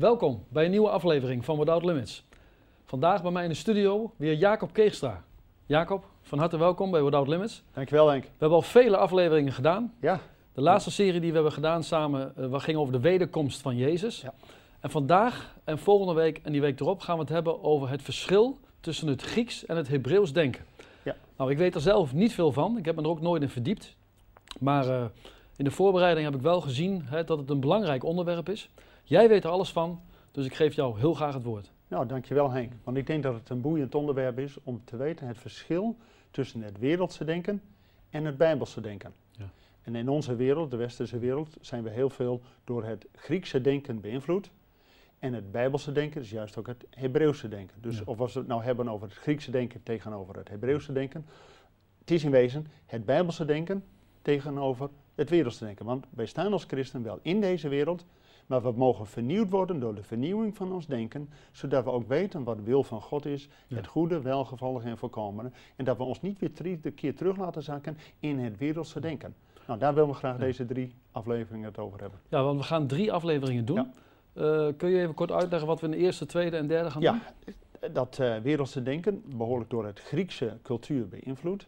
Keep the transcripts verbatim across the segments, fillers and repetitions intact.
Welkom bij een nieuwe aflevering van Without Limits. Vandaag bij mij in de studio weer Jacob Keegstra. Jacob, van harte welkom bij Without Limits. Dankjewel Henk. We hebben al vele afleveringen gedaan. Ja. De laatste serie die we hebben gedaan samen, uh, ging over de wederkomst van Jezus. Ja. En vandaag en volgende week en die week erop gaan we het hebben over het verschil tussen het Grieks en het Hebreeuws denken. Ja. Nou, ik weet er zelf niet veel van. Ik heb me er ook nooit in verdiept. Maar uh, in de voorbereiding heb ik wel gezien hè, dat het een belangrijk onderwerp is. Jij weet er alles van, dus ik geef jou heel graag het woord. Nou, dankjewel Henk. Want ik denk dat het een boeiend onderwerp is om te weten het verschil tussen het wereldse denken en het bijbelse denken. Ja. En in onze wereld, de westerse wereld, zijn we heel veel door het Griekse denken beïnvloed. En het bijbelse denken is juist ook het Hebreeuwse denken. Dus Ja. of als we het nou hebben over het Griekse denken tegenover het Hebreeuwse denken, het is in wezen het bijbelse denken tegenover het wereldse denken. Want wij staan als christen wel in deze wereld, maar we mogen vernieuwd worden door de vernieuwing van ons denken, zodat we ook weten wat de wil van God is, Ja. het goede, welgevallige en voorkomende. En dat we ons niet weer drie keer terug laten zakken in het wereldse denken. Nou, daar willen we graag Ja. deze drie afleveringen het over hebben. Ja, want we gaan drie afleveringen doen. Ja. Uh, kun je even kort uitleggen wat we in de eerste, tweede en derde gaan doen? Ja, dat uh, wereldse denken, behoorlijk door het Griekse cultuur beïnvloed,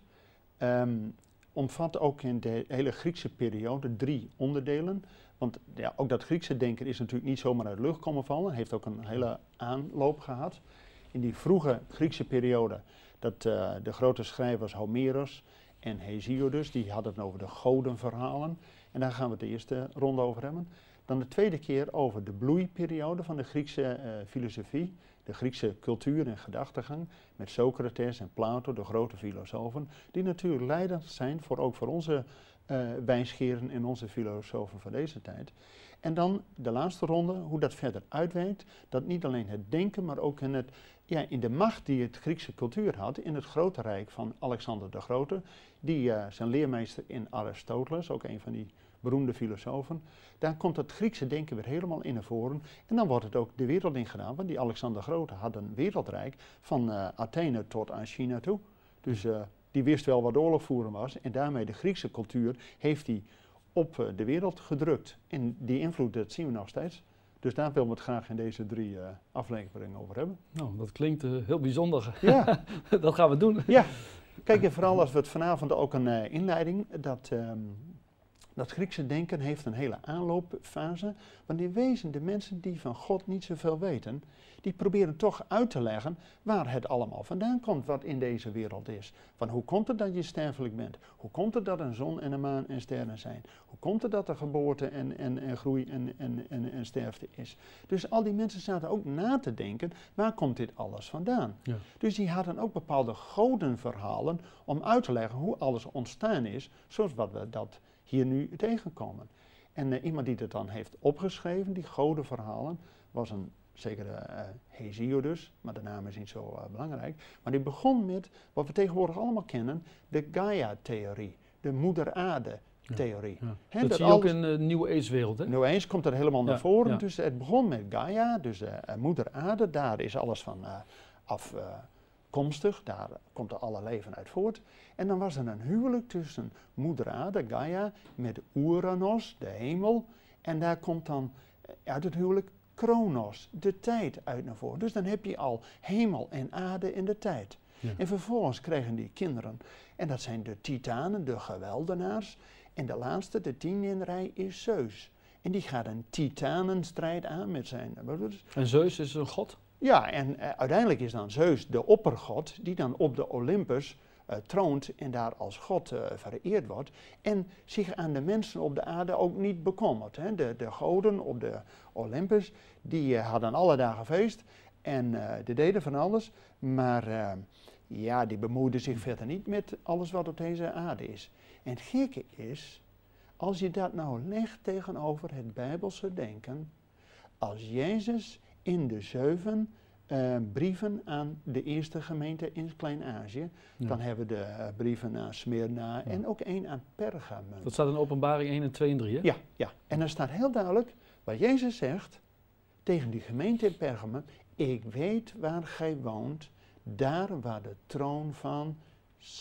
um, omvat ook in de hele Griekse periode drie onderdelen. Want ja, ook dat Griekse denken is natuurlijk niet zomaar uit de lucht komen vallen, heeft ook een hele aanloop gehad. In die vroege Griekse periode, dat uh, de grote schrijvers Homerus en Hesiodus, die hadden het over de godenverhalen. En daar gaan we het de eerste ronde over hebben. Dan de tweede keer over de bloeiperiode van de Griekse uh, filosofie, de Griekse cultuur en gedachtegang, met Socrates en Plato, de grote filosofen, die natuurlijk leidend zijn voor ook voor onze uh, wijsgeren en onze filosofen van deze tijd. En dan de laatste ronde, hoe dat verder uitwerkt, dat niet alleen het denken, maar ook in, het, ja, in de macht die het Griekse cultuur had, in het grote rijk van Alexander de Grote, die uh, zijn leermeester in Aristoteles, ook een van die beroemde filosofen, daar komt het Griekse denken weer helemaal in naar voren. En dan wordt het ook de wereld ingedaan, want die Alexander de Grote had een wereldrijk van uh, Athene tot aan China toe. Dus uh, die wist wel wat oorlog voeren was en daarmee de Griekse cultuur heeft hij op uh, de wereld gedrukt. En die invloed, dat zien we nog steeds. Dus daar willen we het graag in deze drie uh, afleveringen over hebben. Nou, dat klinkt uh, heel bijzonder. Ja. Dat gaan we doen. Ja. Kijk, en vooral als we het vanavond ook een uh, inleiding, dat... Um, Dat Griekse denken heeft een hele aanloopfase, want in wezen de mensen die van God niet zoveel weten, die proberen toch uit te leggen waar het allemaal vandaan komt wat in deze wereld is. Van hoe komt het dat je sterfelijk bent? Hoe komt het dat een zon en een maan en sterren zijn? Hoe komt het dat er geboorte en, en, en groei en, en, en, en sterfte is? Dus al die mensen zaten ook na te denken, waar komt dit alles vandaan? Ja. Dus die hadden ook bepaalde godenverhalen om uit te leggen hoe alles ontstaan is, zoals wat we dat hier nu tegenkomen. En uh, iemand die dat dan heeft opgeschreven, die godenverhalen, was een zekere uh, Hesiodus, maar de naam is niet zo uh, belangrijk. Maar die begon met wat we tegenwoordig allemaal kennen, de Gaia-theorie, de moeder aarde-theorie. Ja, ja. He, dat, dat zie je ook in de Nieuwe Age-wereld, hè? Nou eens komt dat helemaal ja, naar voren. Ja. Dus het begon met Gaia, dus de uh, moeder aarde, daar is alles van uh, af... Uh, komstig, daar komt er alle leven uit voort. En dan was er een huwelijk tussen moeder aarde, Gaia, met Uranos, de hemel. En daar komt dan uit het huwelijk Kronos, de tijd, uit naar voren. Dus dan heb je al hemel en aarde in de tijd. Ja. En vervolgens krijgen die kinderen, en dat zijn de titanen, de geweldenaars. En de laatste, de tien in de rij, is Zeus. En die gaat een titanenstrijd aan met zijn broeders. En Zeus is een god? Ja, en uh, uiteindelijk is dan Zeus de oppergod die dan op de Olympus uh, troont en daar als god uh, vereerd wordt en zich aan de mensen op de aarde ook niet bekommert. Hè. De, de goden op de Olympus, die uh, hadden alle dagen feest en uh, die deden van alles, maar uh, ja, die bemoeiden zich verder niet met alles wat op deze aarde is. En het gekke is, als je dat nou legt tegenover het Bijbelse denken, als Jezus in de zeven uh, brieven aan de eerste gemeente in Klein-Azië. Ja. Dan hebben we de uh, brieven aan Smyrna ja. en ook één aan Pergamum. Dat staat in Openbaring één en twee en drie, hè? Ja, ja, en dan staat heel duidelijk wat Jezus zegt tegen die gemeente in Pergamum. Ik weet waar gij woont, daar waar de troon van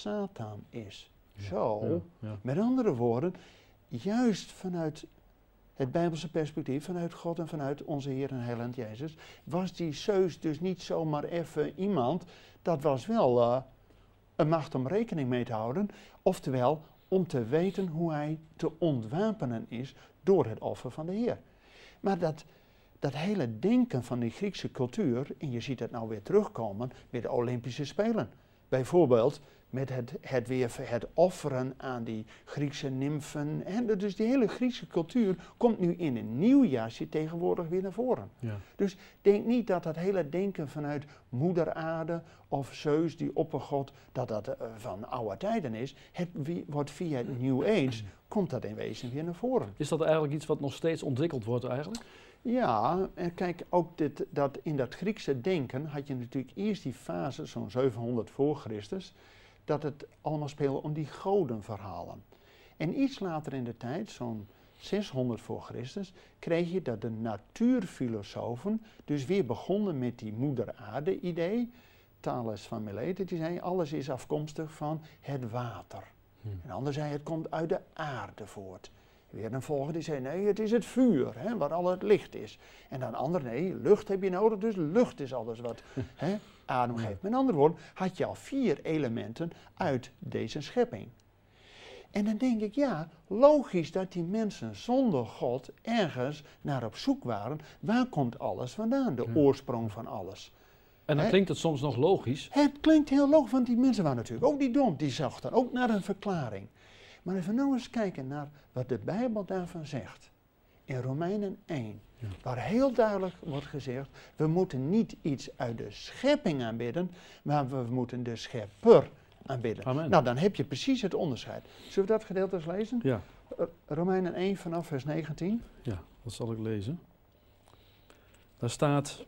Satan is. Ja. Zo, ja, ja. Met andere woorden, juist vanuit het Bijbelse perspectief vanuit God en vanuit onze Heer en Heiland Jezus, was die Zeus dus niet zomaar even iemand. Dat was wel uh, een macht om rekening mee te houden. Oftewel, om te weten hoe hij te ontwapenen is door het offer van de Heer. Maar dat, dat hele denken van die Griekse cultuur, en je ziet het nou weer terugkomen met de Olympische Spelen. Bijvoorbeeld met het, het weer het offeren aan die Griekse nymfen. En dus die hele Griekse cultuur komt nu in een nieuw jasje tegenwoordig weer naar voren. Ja. Dus denk niet dat dat hele denken vanuit moeder aarde of Zeus, die oppergod, dat dat uh, van oude tijden is. Het wie, wordt via het New Age, komt dat in wezen weer naar voren. Is dat eigenlijk iets wat nog steeds ontwikkeld wordt eigenlijk? Ja, en kijk, ook dit, dat in dat Griekse denken had je natuurlijk eerst die fase, zo'n zevenhonderd voor Christus, dat het allemaal speelde om die godenverhalen. En iets later in de tijd, zo'n zeshonderd voor Christus, kreeg je dat de natuurfilosofen dus weer begonnen met die moeder aarde idee. Thales van Miletus, die zei, alles is afkomstig van het water. Hm. En de ander zei, het komt uit de aarde voort. Weer een volgende die zei, nee, het is het vuur, hè, waar al het licht is. En dan een ander, nee, lucht heb je nodig, dus lucht is alles wat hè, adem geeft. Met andere woorden, had je al vier elementen uit deze schepping. En dan denk ik, ja, logisch dat die mensen zonder God ergens naar op zoek waren. Waar komt alles vandaan, de oorsprong van alles? En dan He? klinkt het soms nog logisch. Het klinkt heel logisch, want die mensen waren natuurlijk ook niet dom. Die zochten ook naar een verklaring. Maar even nou eens kijken naar wat de Bijbel daarvan zegt. In Romeinen één, ja. Waar heel duidelijk wordt gezegd, we moeten niet iets uit de schepping aanbidden, maar we moeten de schepper aanbidden. Amen. Nou, dan heb je precies het onderscheid. Zullen we dat gedeelte eens lezen? Ja. Uh, Romeinen één vanaf vers negentien. Ja, dat zal ik lezen. Daar staat,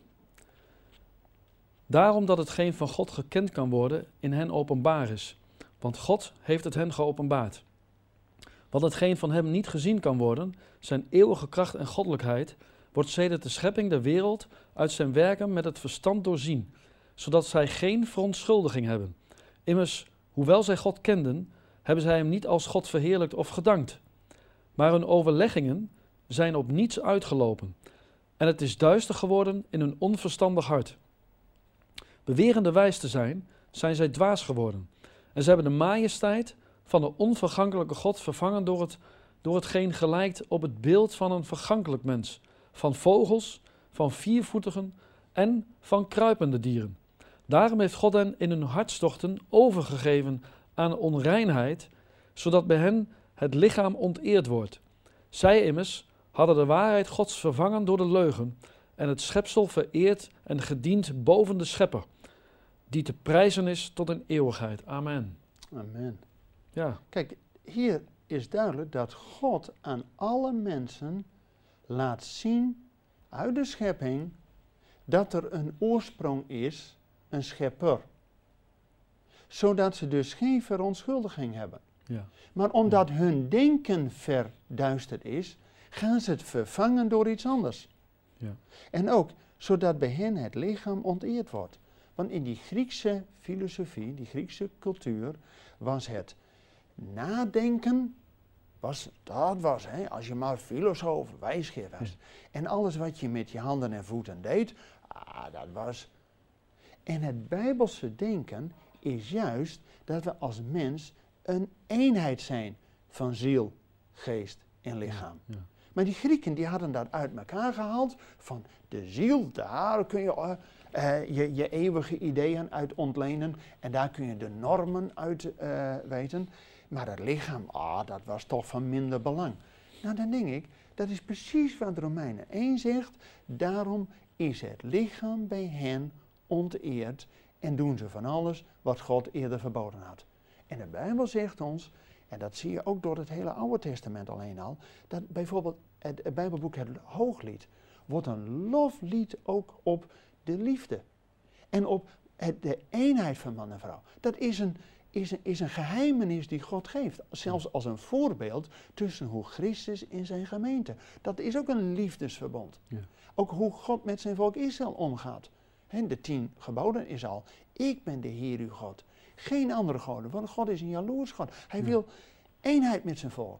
daarom dat hetgeen van God gekend kan worden, in hen openbaar is. Want God heeft het hen geopenbaard. Want hetgeen van hem niet gezien kan worden, zijn eeuwige kracht en goddelijkheid, wordt sedert de schepping der wereld uit zijn werken met het verstand doorzien, zodat zij geen verontschuldiging hebben. Immers, hoewel zij God kenden, hebben zij hem niet als God verheerlijkt of gedankt. Maar hun overleggingen zijn op niets uitgelopen, en het is duister geworden in hun onverstandig hart. Bewerende wijs te zijn, zijn zij dwaas geworden, en ze hebben de majesteit van de onvergankelijke God vervangen door, het, door hetgeen gelijkt op het beeld van een vergankelijk mens, van vogels, van viervoetigen en van kruipende dieren. Daarom heeft God hen in hun hartstochten overgegeven aan onreinheid, zodat bij hen het lichaam onteerd wordt. Zij immers hadden de waarheid Gods vervangen door de leugen en het schepsel vereerd en gediend boven de schepper, die te prijzen is tot in eeuwigheid. Amen. Amen. Ja. Kijk, hier is duidelijk dat God aan alle mensen laat zien uit de schepping dat er een oorsprong is, een schepper. Zodat ze dus geen verontschuldiging hebben. Ja. Maar omdat hun denken verduisterd is, gaan ze het vervangen door iets anders. Ja. En ook zodat bij hen het lichaam onteerd wordt. Want in die Griekse filosofie, die Griekse cultuur, was het nadenken, was, dat was, hè, als je maar filosoof, wijsgeer was. Ja. En alles wat je met je handen en voeten deed, ah, dat was. En het Bijbelse denken is juist dat we als mens een eenheid zijn van ziel, geest en lichaam. Ja, ja. Maar die Grieken die hadden dat uit elkaar gehaald, van de ziel, daar kun je uh, uh, je, je eeuwige ideeën uit ontlenen en daar kun je de normen uit uh, weten. Maar het lichaam, ah, dat was toch van minder belang. Nou, dan denk ik, dat is precies wat Romeinen één zegt. Daarom is het lichaam bij hen onteerd en doen ze van alles wat God eerder verboden had. En de Bijbel zegt ons, en dat zie je ook door het hele Oude Testament alleen al, dat bijvoorbeeld het, het Bijbelboek het Hooglied wordt een loflied ook op de liefde. En op het, de eenheid van man en vrouw. Dat is een, is, een, is een geheimenis die God geeft. Zelfs als een voorbeeld tussen hoe Christus in zijn gemeente. Dat is ook een liefdesverbond. Ja. Ook hoe God met zijn volk Israël omgaat. He, de tien geboden is al, ik ben de Heer uw God. Geen andere goden, want God is een jaloers God. Hij ja. wil eenheid met zijn volk.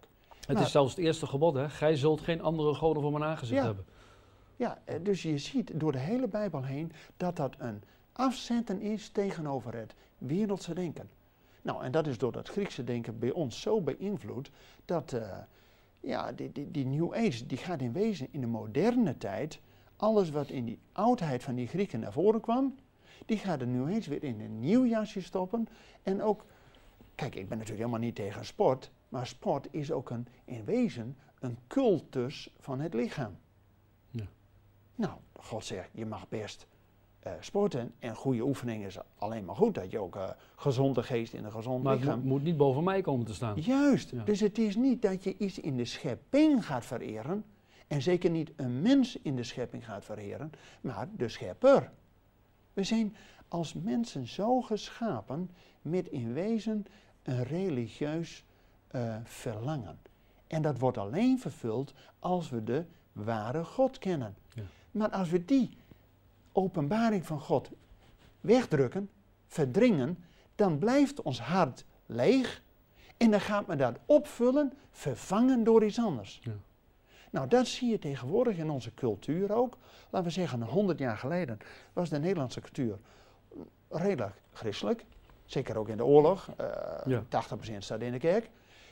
Het Maar- is zelfs het eerste gebod, hè. Gij zult geen andere goden voor mijn aangezicht Ja. hebben. Ja, eh, dus je ziet door de hele Bijbel heen dat dat een afzetten is tegenover het wereldse denken. Nou, en dat is door dat Griekse denken bij ons zo beïnvloed dat uh, ja, die, die, die New Age die gaat in wezen in de moderne tijd, alles wat in die oudheid van die Grieken naar voren kwam, die gaat de New Age weer in een nieuw jasje stoppen. En ook, kijk, ik ben natuurlijk helemaal niet tegen sport, maar sport is ook een, in wezen een cultus van het lichaam. Ja. Nou, God zegt, je mag best uh, sporten en goede oefeningen is alleen maar goed, dat je ook uh, gezonde geest in een gezond Maar het lichaam... moet, moet niet boven mij komen te staan. Juist, Ja. dus het is niet dat je iets in de schepping gaat vereren en zeker niet een mens in de schepping gaat vereren, maar de schepper. We zijn als mensen zo geschapen met in wezen een religieus uh, verlangen. En dat wordt alleen vervuld als we de ware God kennen. Ja. Maar als we die openbaring van God wegdrukken, verdringen, dan blijft ons hart leeg en dan gaat men dat opvullen, vervangen door iets anders. Ja. Nou, dat zie je tegenwoordig in onze cultuur ook. Laten we zeggen, honderd jaar geleden was de Nederlandse cultuur redelijk christelijk. Zeker ook in de oorlog. Uh, Ja. tachtig procent staat in de kerk.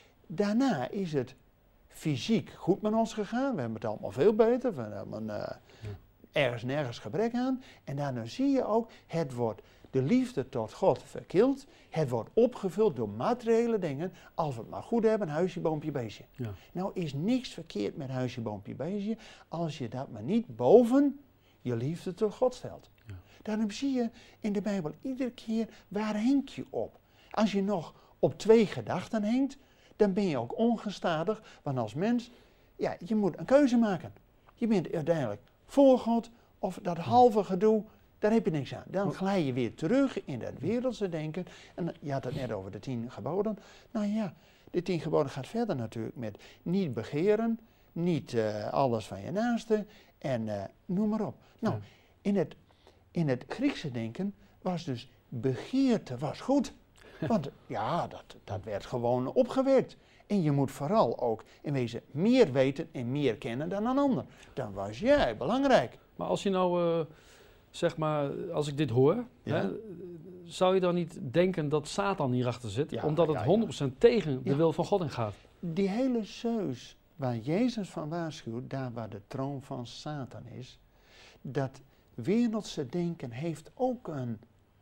Daarna is het fysiek goed met ons gegaan. We hebben het allemaal veel beter. We hebben uh, ja. ergens nergens gebrek aan. En daarna zie je ook, het wordt de liefde tot God verkild. Het wordt opgevuld door materiële dingen. Als we het maar goed hebben, huisje, boompje, beestje. Ja. Nou is niks verkeerd met huisje, boompje, beestje, als je dat maar niet boven je liefde tot God stelt. Ja. Daarom zie je in de Bijbel iedere keer, waar henk je op? Als je nog op twee gedachten hengt, dan ben je ook ongestadig, want als mens, ja, je moet een keuze maken. Je bent uiteindelijk voor God, of dat halve gedoe, daar heb je niks aan. Dan glij je weer terug in dat wereldse denken. En je had het net over de tien geboden. Nou ja, de tien geboden gaat verder natuurlijk met niet begeren, niet uh, alles van je naaste en uh, noem maar op. Nou, Ja. in, het, in het Griekse denken was dus begeerte was goed. Want ja, dat, dat werd gewoon opgewekt. En je moet vooral ook in wezen meer weten en meer kennen dan een ander. Dan was jij belangrijk. Maar als je nou, uh, zeg maar, als ik dit hoor, Ja. hè, zou je dan niet denken dat Satan hierachter zit? Ja, omdat het ja, ja. honderd procent tegen de Ja. wil van God ingaat. Die hele zeus waar Jezus van waarschuwt, daar waar de troon van Satan is, dat wereldse denken heeft ook een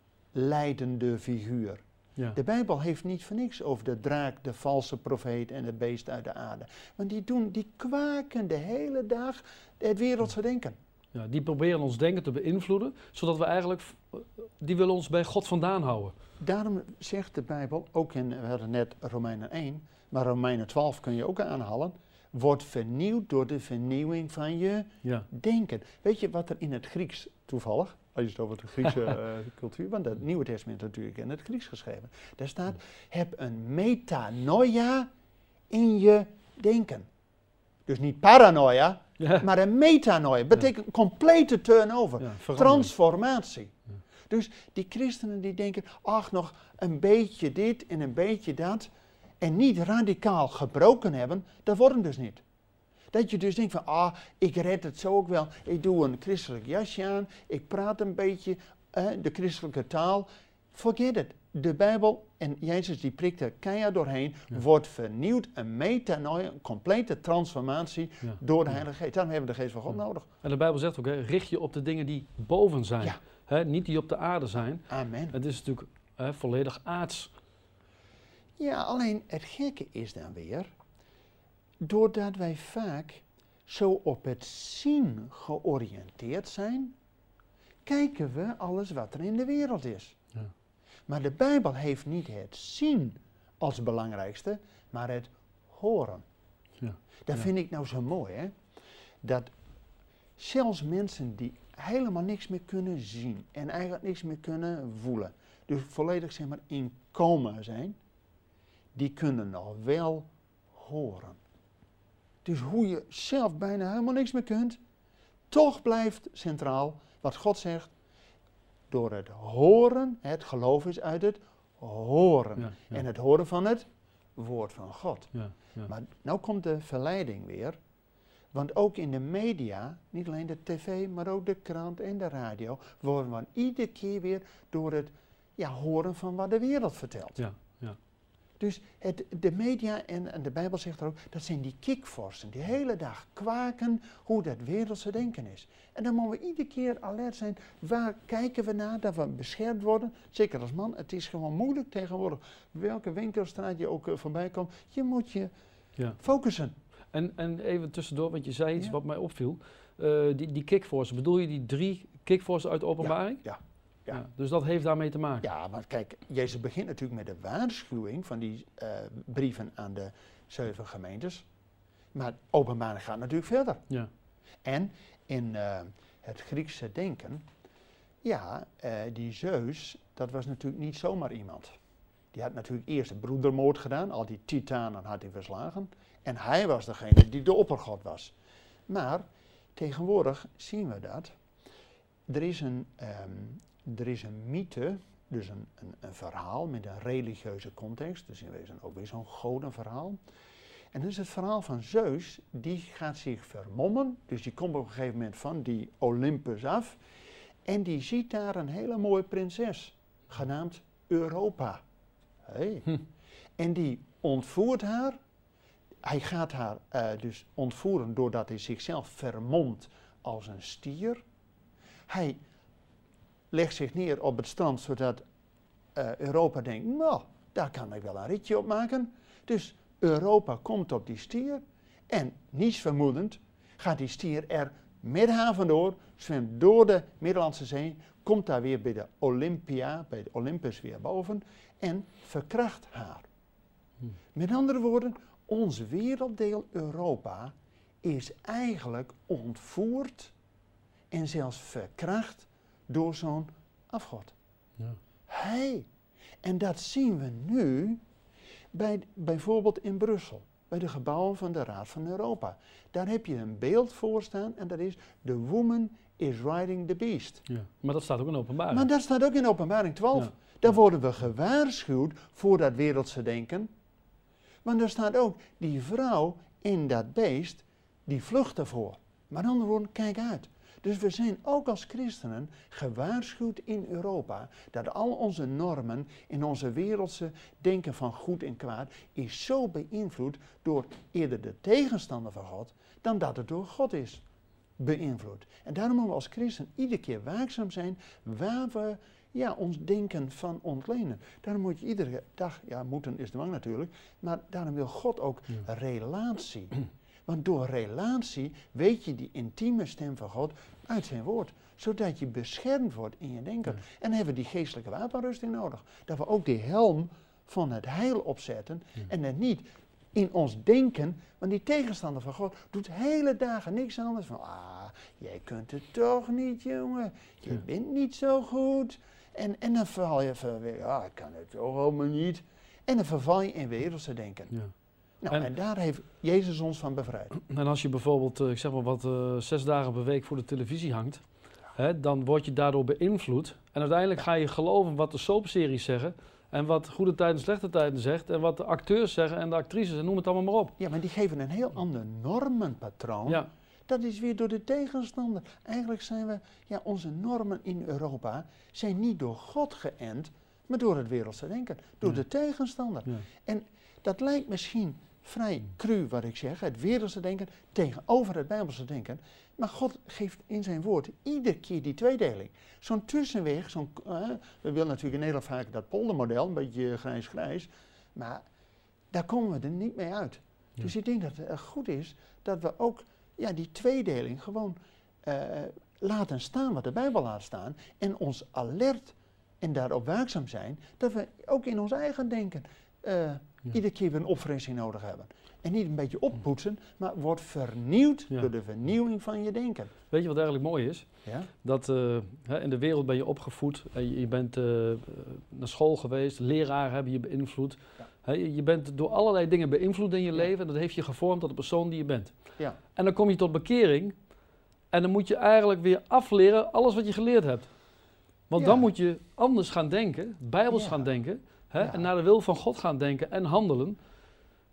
leidende figuur. Ja. De Bijbel heeft niet voor niks over de draak, de valse profeet en het beest uit de aarde. Want die, doen, die kwaken de hele dag het wereldse denken. Ja, die proberen ons denken te beïnvloeden, zodat we eigenlijk, die willen ons bij God vandaan houden. Daarom zegt de Bijbel, ook in, we hadden net Romeinen één, maar Romeinen twaalf kun je ook aanhalen, wordt vernieuwd door de vernieuwing van je Ja. denken. Weet je wat er in het Grieks, toevallig, als je het over de Griekse uh, cultuur, want het Nieuwe Testament is natuurlijk in het Grieks geschreven. Daar staat, heb een metanoia in je denken. Dus niet paranoia, Ja. maar een metanoia. Betekent complete turnover, Ja, verandering. transformatie. Ja. Dus die christenen die denken, ach nog een beetje dit en een beetje dat, en niet radicaal gebroken hebben, dat wordt hem dus niet. Dat je dus denkt van, ah, ik red het zo ook wel. Ik doe een christelijk jasje aan, ik praat een beetje eh, de christelijke taal. Forget it. De Bijbel, en Jezus die prikt er keihard doorheen, Ja. wordt vernieuwd, een metanoia, een complete transformatie Ja. door de Ja. Heilige Geest. Daarom hebben we de Geest van God Ja. nodig. En de Bijbel zegt ook, hè, richt je op de dingen die boven zijn. Ja. Hè, niet die op de aarde zijn. Amen. Het is natuurlijk hè, volledig aards. Ja, alleen het gekke is dan weer, doordat wij vaak zo op het zien georiënteerd zijn, kijken we alles wat er in de wereld is. Ja. Maar de Bijbel heeft niet het zien als belangrijkste, maar het horen. Ja. Dat Ja. vind ik nou zo mooi, hè? Dat zelfs mensen die helemaal niks meer kunnen zien en eigenlijk niks meer kunnen voelen, dus volledig zeg maar in coma zijn, die kunnen nog wel horen. Dus hoe je zelf bijna helemaal niks meer kunt, toch blijft centraal wat God zegt, door het horen, het geloof is uit het horen. Ja, ja. En het horen van het woord van God. Ja, ja. Maar nou komt de verleiding weer. Want ook in de media, niet alleen de tv, maar ook de krant en de radio, worden we iedere keer weer door het ja, horen van wat de wereld vertelt. Ja, ja. Dus het, de media en, en de Bijbel zegt er ook, dat zijn die kikvorsten die de hele dag kwaken hoe dat wereldse denken is. En dan moeten we iedere keer alert zijn, waar kijken we naar, dat we beschermd worden. Zeker als man, het is gewoon moeilijk tegenwoordig. Welke winkelstraat je ook uh, voorbij komt, je moet je ja. focussen. En, en even tussendoor, want je zei iets Ja. wat mij opviel. Uh, die die kickforce, bedoel je die drie kickforces uit de openbaring? Ja, ja. Ja, dus dat heeft daarmee te maken? Ja, maar kijk, Jezus begint natuurlijk met de waarschuwing van die uh, brieven aan de zeven gemeentes. Maar openbaring gaat natuurlijk verder. Ja. En in uh, het Griekse denken, ja, uh, die Zeus, dat was natuurlijk niet zomaar iemand. Die had natuurlijk eerst de broedermoord gedaan, al die titanen had hij verslagen. En hij was degene die de oppergod was. Maar tegenwoordig zien we dat. Er is een, um, er is een mythe, dus een, een, een verhaal met een religieuze context. Dus in wezen ook weer zo'n godenverhaal. En dat is het verhaal van Zeus, die gaat zich vermommen. Dus die komt op een gegeven moment van die Olympus af. En die ziet daar een hele mooie prinses, genaamd Europa. Hey. Hm. En die ontvoert haar. Hij gaat haar uh, dus ontvoeren doordat hij zichzelf vermomt als een stier. Hij legt zich neer op het strand zodat uh, Europa denkt, nou, daar kan ik wel een ritje op maken. Dus Europa komt op die stier en niets vermoedend gaat die stier er met haar vandoor, zwemt door de Middellandse Zee, komt daar weer bij de Olympia, bij de Olympus weer boven en verkracht haar. Hm. Met andere woorden, ons werelddeel Europa is eigenlijk ontvoerd en zelfs verkracht door zo'n afgod. Ja. Hey, en dat zien we nu bij, bijvoorbeeld in Brussel, bij de gebouwen van de Raad van Europa. Daar heb je een beeld voor staan en dat is The Woman is Riding the Beast. Ja. Maar dat staat ook in Openbaring. Maar dat staat ook in Openbaring twaalf. Ja. Daar ja. worden we gewaarschuwd voor dat wereldse denken. Want er staat ook, die vrouw in dat beest, die vlucht ervoor. Maar andere woorden, kijk uit. Dus we zijn ook als christenen gewaarschuwd in Europa dat al onze normen in onze wereldse denken van goed en kwaad is zo beïnvloed door eerder de tegenstander van God dan dat het door God is beïnvloed. En daarom moeten we als christen iedere keer waakzaam zijn waar we ja, ons denken van ontlenen. Daarom moet je iedere dag, ja moeten is dwang natuurlijk, maar daarom wil God ook ja. relatie. Want door relatie weet je die intieme stem van God uit zijn woord. Zodat je beschermd wordt in je denken. Ja. En dan hebben we die geestelijke wapenrusting nodig. Dat we ook die helm van het heil opzetten. Ja. En het niet in ons denken. Want die tegenstander van God doet hele dagen niks anders. Van, ah, jij kunt het toch niet, jongen. Je ja. bent niet zo goed. En, en dan val je van, ah, ik kan het toch allemaal niet. En dan verval je in wereldse denken. Ja. Nou, en, en daar heeft Jezus ons van bevrijd. En als je bijvoorbeeld, uh, ik zeg maar wat, uh, zes dagen per week voor de televisie hangt, hè, dan word je daardoor beïnvloed. En uiteindelijk ja. ga je geloven wat de soapseries zeggen, en wat goede tijden en slechte tijden zegt, en wat de acteurs zeggen en de actrices, en noem het allemaal maar op. Ja, maar die geven een heel ander normenpatroon. Ja. Dat is weer door de tegenstander. Eigenlijk zijn we, ja, onze normen in Europa zijn niet door God geënt, maar door het wereldse denken. Door ja. de tegenstander. Ja. En dat lijkt misschien vrij cru wat ik zeg, het wereldse denken tegenover het Bijbelse denken. Maar God geeft in zijn woord iedere keer die tweedeling. Zo'n tussenweg, zo'n, uh, we willen natuurlijk in Nederland vaak dat poldermodel, een beetje grijs-grijs. Maar daar komen we er niet mee uit. Ja. Dus ik denk dat het goed is dat we ook ja, die tweedeling gewoon uh, laten staan wat de Bijbel laat staan. En ons alert en daarop waakzaam zijn dat we ook in ons eigen denken Uh, ja. iedere keer weer een opfrissing nodig hebben. En niet een beetje oppoetsen, maar wordt vernieuwd ja. door de vernieuwing van je denken. Weet je wat eigenlijk mooi is? Ja? Dat uh, hè, in de wereld ben je opgevoed, en je, je bent uh, naar school geweest, leraren hebben je beïnvloed. Ja. Hè, je bent door allerlei dingen beïnvloed in je ja. leven en dat heeft je gevormd tot de persoon die je bent. Ja. En dan kom je tot bekering en dan moet je eigenlijk weer afleren alles wat je geleerd hebt. Want ja. dan moet je anders gaan denken, bijbels ja. gaan denken. Hè, ja. En naar de wil van God gaan denken en handelen.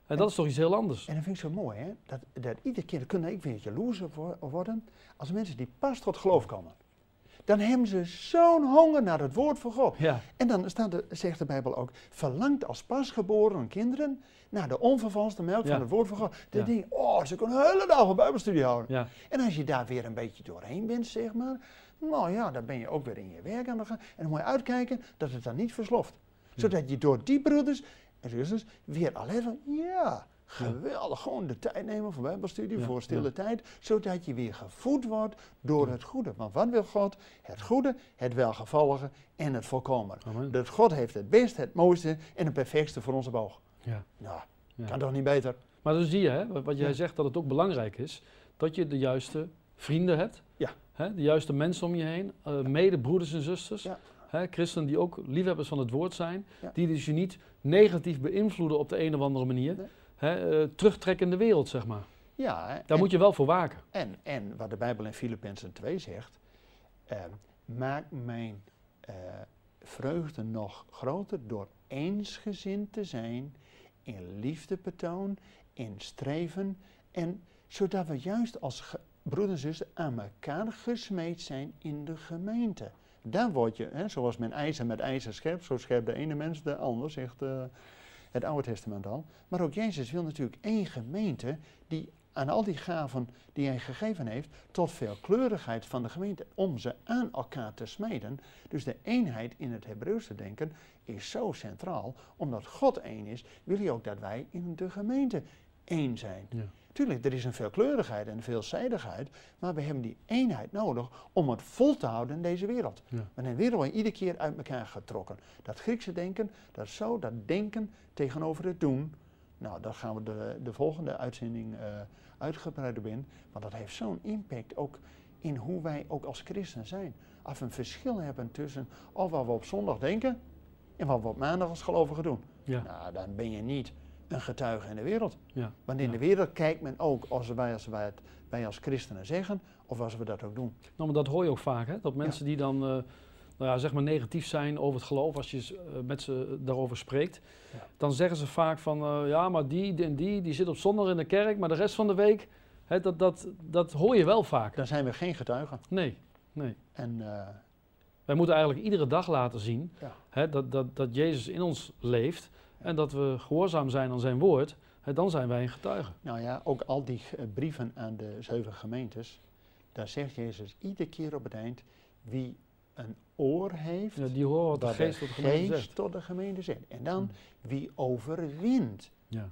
En dat is toch iets heel anders. En dat vind ik zo mooi, hè? Dat, dat iedere keer, dat kunnen ik weer jaloers op worden, als mensen die pas tot geloof komen. Dan hebben ze zo'n honger naar het woord van God. Ja. En dan staat de, zegt de Bijbel ook, verlangt als pasgeboren kinderen naar de onvervalste melk Ja. van het woord van God. Dan Ja. denk je, oh, ze kunnen een hele dag een Bijbelstudie houden. Ja. En als je daar weer een beetje doorheen bent, zeg maar, nou ja, dan ben je ook weer in je werk aan de gang. En dan moet je uitkijken dat het dan niet versloft. Ja. Zodat je door die broeders en zusters weer alleen van, ja, geweldig, gewoon de tijd nemen voor Bijbelstudie, Ja, voor stille ja. tijd, zodat je weer gevoed wordt door Ja. het goede. Want wat wil God? Het goede, het welgevallige en het volkomen. Amen. Dat God heeft het beste, het mooiste en het perfectste voor onze boog. Ja. Nou, Ja. kan toch niet beter? Maar dan zie je, hè, wat- wat jij Ja. zegt, dat het ook belangrijk is dat je de juiste vrienden hebt. Ja. Hè, de juiste mensen om je heen, uh, medebroeders en zusters. Ja. Hè, christenen die ook liefhebbers van het woord zijn. Ja. Die dus je niet negatief beïnvloeden op de een of andere manier. Nee. Hè, uh, terugtrekken in de wereld, zeg maar. Ja, hè, Daar en, moet je wel voor waken. en, en wat de Bijbel in Filippenzen twee zegt, eh, maak mijn eh, vreugde nog groter door eensgezind te zijn, in liefdebetoon, in streven, en zodat we juist als ge- broeder en zuster aan elkaar gesmeed zijn in de gemeente. Daar word je, hè, zoals men ijzer met ijzer scherpt, zo scherpt de ene mens de ander, zegt uh, het Oude Testament al. Maar ook Jezus wil natuurlijk één gemeente die aan al die gaven die hij gegeven heeft, tot veelkleurigheid van de gemeente, om ze aan elkaar te smeden. Dus de eenheid in het Hebreeuwse denken is zo centraal, omdat God één is, wil hij ook dat wij in de gemeente één zijn. Ja. Tuurlijk, er is een veelkleurigheid en een veelzijdigheid, maar we hebben die eenheid nodig om het vol te houden in deze wereld. Ja. Want in de wereld wordt iedere keer uit elkaar getrokken. Dat Griekse denken, dat is zo, dat denken tegenover het doen. Nou, daar gaan we de, de volgende uitzending uh, uitgebreid op in. Want dat heeft zo'n impact ook in hoe wij ook als christen zijn. Als we een verschil hebben tussen of wat we op zondag denken en wat we op maandag als gelovigen doen. Ja. Nou, dan ben je niet een getuige in de wereld. Ja. Want in Ja. de wereld kijkt men ook als wij als, wij het, wij als christenen zeggen, of als we dat ook doen. Nou, maar dat hoor je ook vaak, hè? Dat mensen die dan, uh, nou ja, zeg maar negatief zijn over het geloof, als je uh, met ze daarover spreekt, Ja. dan zeggen ze vaak van, uh, ja, maar die en die, die zit op zondag in de kerk, maar de rest van de week, hè, dat, dat, dat hoor je wel vaak. Dan zijn we geen getuigen. Nee, nee. En, uh, Wij moeten eigenlijk iedere dag laten zien ja. hè, dat, dat, dat Jezus in ons leeft en dat we gehoorzaam zijn aan zijn woord, hè, dan zijn wij een getuige. Nou ja, ook al die uh, brieven aan de zeven gemeentes, daar zegt Jezus iedere keer op het eind, wie een oor heeft, Ja, die horen wat de wat geest tot de gemeente geest zegt. tot de gemeente zegt. En dan, Hm. wie overwint, Ja.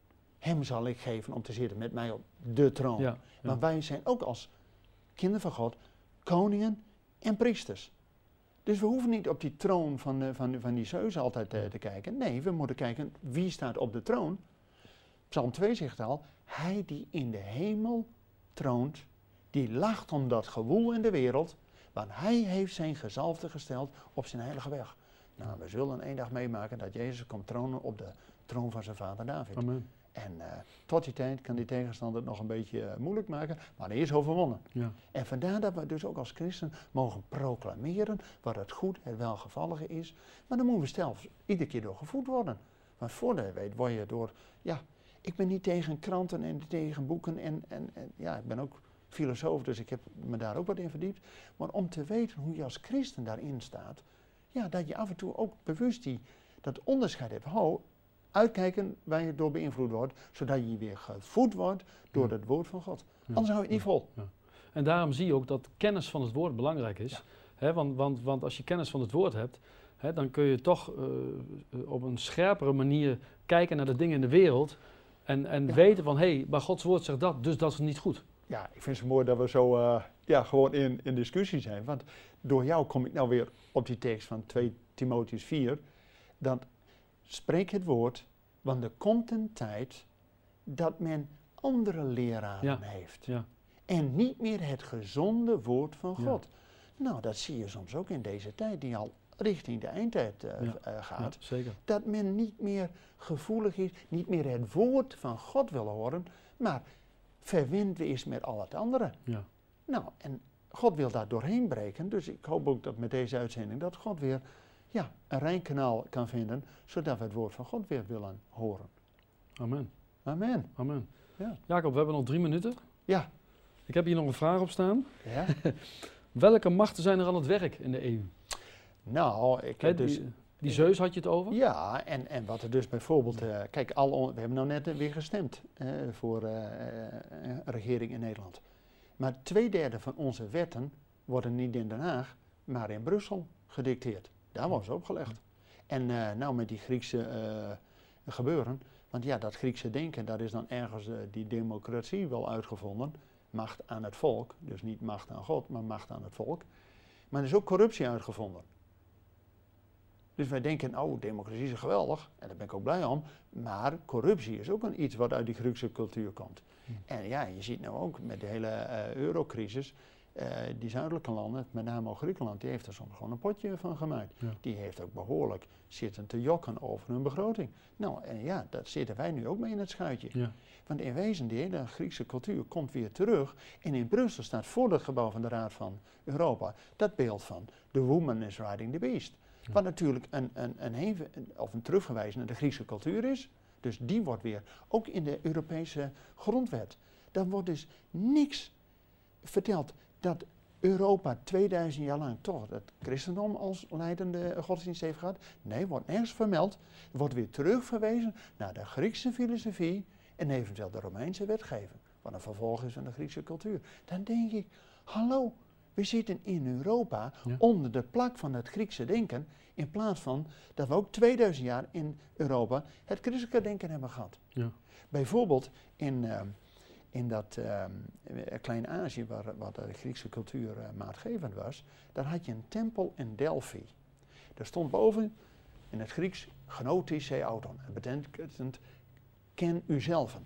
hem zal ik geven om te zitten met mij op de troon. Ja, ja. Want wij zijn ook als kinderen van God koningen en priesters. Dus we hoeven niet op die troon van, uh, van, van die zeus altijd uh, te kijken. Nee, we moeten kijken wie staat op de troon. Psalm twee zegt al, hij die in de hemel troont, die lacht om dat gewoel in de wereld, want hij heeft zijn gezalfde gesteld op zijn heilige weg. Nou, we zullen een dag meemaken dat Jezus komt tronen op de troon van zijn vader David. Amen. En uh, tot die tijd kan die tegenstander het nog een beetje uh, moeilijk maken, maar hij is overwonnen. Ja. En vandaar dat we dus ook als christen mogen proclameren wat het goed, het welgevallige is. Maar dan moeten we zelf iedere keer door gevoed worden. Want voordat je weet word je door, ja, ik ben niet tegen kranten en tegen boeken en, en, en ja, ik ben ook filosoof, dus ik heb me daar ook wat in verdiept. Maar om te weten hoe je als christen daarin staat, ja, dat je af en toe ook bewust die, dat onderscheid hebt. Ho, uitkijken waar je door beïnvloed wordt, zodat je weer gevoed wordt door Ja. het woord van God. Ja. Anders hou je het niet vol. Ja. En daarom zie je ook dat kennis van het woord belangrijk is. Ja. Hè, want, want, want als je kennis van het woord hebt, hè, dan kun je toch uh, op een scherpere manier kijken naar de dingen in de wereld. En, en Ja. weten van, hé, hey, maar Gods woord zegt dat, dus dat is niet goed. Ja, ik vind het mooi dat we zo uh, ja, gewoon in, in discussie zijn. Want door jou kom ik nou weer op die tekst van twee Timotheüs vier. Dat spreek het woord, want er komt een tijd dat men andere leraren Ja. heeft. Ja. En niet meer het gezonde woord van Ja. God. Nou, dat zie je soms ook in deze tijd die al richting de eindtijd uh, Ja. uh, gaat. Ja, zeker. Dat men niet meer gevoelig is, niet meer het woord van God wil horen, maar verwend is met al het andere. Ja. Nou, en God wil daar doorheen breken, dus ik hoop ook dat met deze uitzending dat God weer ja, een rein kanaal kan vinden, zodat we het woord van God weer willen horen. Amen. Amen. Amen. Ja. Jacob, we hebben nog drie minuten. Ja. Ik heb hier nog een vraag op staan. Ja. Welke machten zijn er aan het werk in de E U? Nou, ik Hè, heb dus... die, die Zeus had je het over? Ja, en, en wat er dus bijvoorbeeld... Uh, kijk, al on, we hebben nou net uh, weer gestemd uh, voor uh, uh, een regering in Nederland. Maar twee derde van onze wetten worden niet in Den Haag, maar in Brussel gedicteerd. Daar wordt ze opgelegd. En uh, nou met die Griekse uh, gebeuren... Want ja, dat Griekse denken, daar is dan ergens uh, die democratie wel uitgevonden. Macht aan het volk, dus niet macht aan God, maar macht aan het volk. Maar er is ook corruptie uitgevonden. Dus wij denken, oh, democratie is geweldig, en daar ben ik ook blij om. Maar corruptie is ook een iets wat uit die Griekse cultuur komt. Hm. En ja, je ziet nou ook met de hele uh, eurocrisis, uh, die zuidelijke landen, met name ook Griekenland, die heeft er soms gewoon een potje van gemaakt. Ja. Die heeft ook behoorlijk zitten te jokken over hun begroting. Nou, en ja, daar zitten wij nu ook mee in het schuitje. Ja. Want in wezen, die hele Griekse cultuur komt weer terug. En in Brussel staat voor het gebouw van de Raad van Europa dat beeld van the woman is riding the beast. Ja. Wat natuurlijk een, een, een, heen, of een terugverwijzing naar de Griekse cultuur is. Dus die wordt weer, ook in de Europese grondwet. Daar wordt dus niks verteld dat Europa tweeduizend jaar lang toch het christendom als leidende godsdienst heeft gehad. Nee, wordt nergens vermeld. Wordt weer terugverwezen naar de Griekse filosofie en eventueel de Romeinse wetgeving. Wat een vervolg is van de Griekse cultuur. Dan denk ik, hallo, we zitten in Europa ja. onder de plak van het Griekse denken. In plaats van dat we ook tweeduizend jaar in Europa het christelijke denken hebben gehad. Ja. Bijvoorbeeld in... Uh, In dat uh, Klein-Azië, waar, waar de Griekse cultuur uh, maatgevend was, daar had je een tempel in Delphi. Daar stond boven in het Grieks gnotische auton. Dat betekent ken uzelven.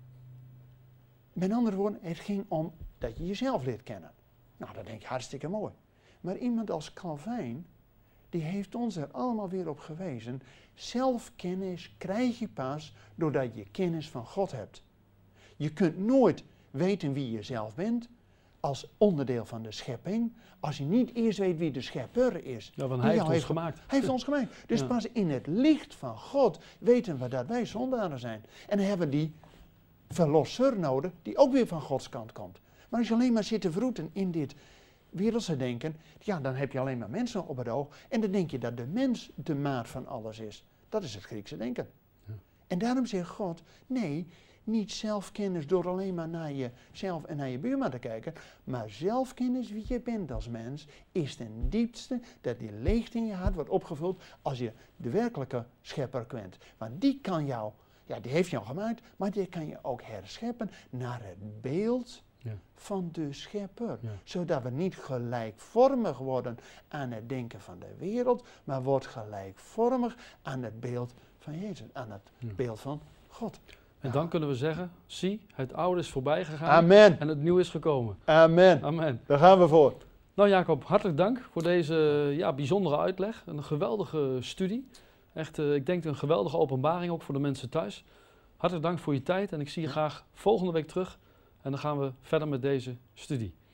Met andere woorden, het ging om dat je jezelf leert kennen. Nou, dat denk je hartstikke mooi. Maar iemand als Calvijn, die heeft ons er allemaal weer op gewezen. Zelfkennis krijg je pas doordat je kennis van God hebt. Je kunt nooit weten wie je zelf bent als onderdeel van de schepping, als je niet eerst weet wie de schepper is. Ja, want hij heeft ons heeft gemaakt. Hij heeft ons gemaakt. Dus ja. pas in het licht van God weten we dat wij zondaren zijn. En dan hebben we die verlosser nodig, die ook weer van Gods kant komt. Maar als je alleen maar zit te vroeten in dit wereldse denken, ja, dan heb je alleen maar mensen op het oog. En dan denk je dat de mens de maat van alles is. Dat is het Griekse denken. Ja. En daarom zegt God, nee, niet zelfkennis door alleen maar naar jezelf en naar je buurman te kijken, maar zelfkennis wie je bent als mens is ten diepste dat die leegte in je hart wordt opgevuld als je de werkelijke schepper kent. Want die kan jou, ja, die heeft jou gemaakt, maar die kan je ook herscheppen naar het beeld ja. van de schepper. Ja. Zodat we niet gelijkvormig worden aan het denken van de wereld, maar wordt gelijkvormig aan het beeld van Jezus, aan het ja. beeld van God. En dan kunnen we zeggen, zie, het oude is voorbij gegaan Amen. En het nieuwe is gekomen. Amen. Amen. Daar gaan we voor. Nou Jacob, hartelijk dank voor deze ja, bijzondere uitleg. Een geweldige studie. Echt, uh, ik denk een geweldige openbaring ook voor de mensen thuis. Hartelijk dank voor je tijd en ik zie je graag volgende week terug. En dan gaan we verder met deze studie.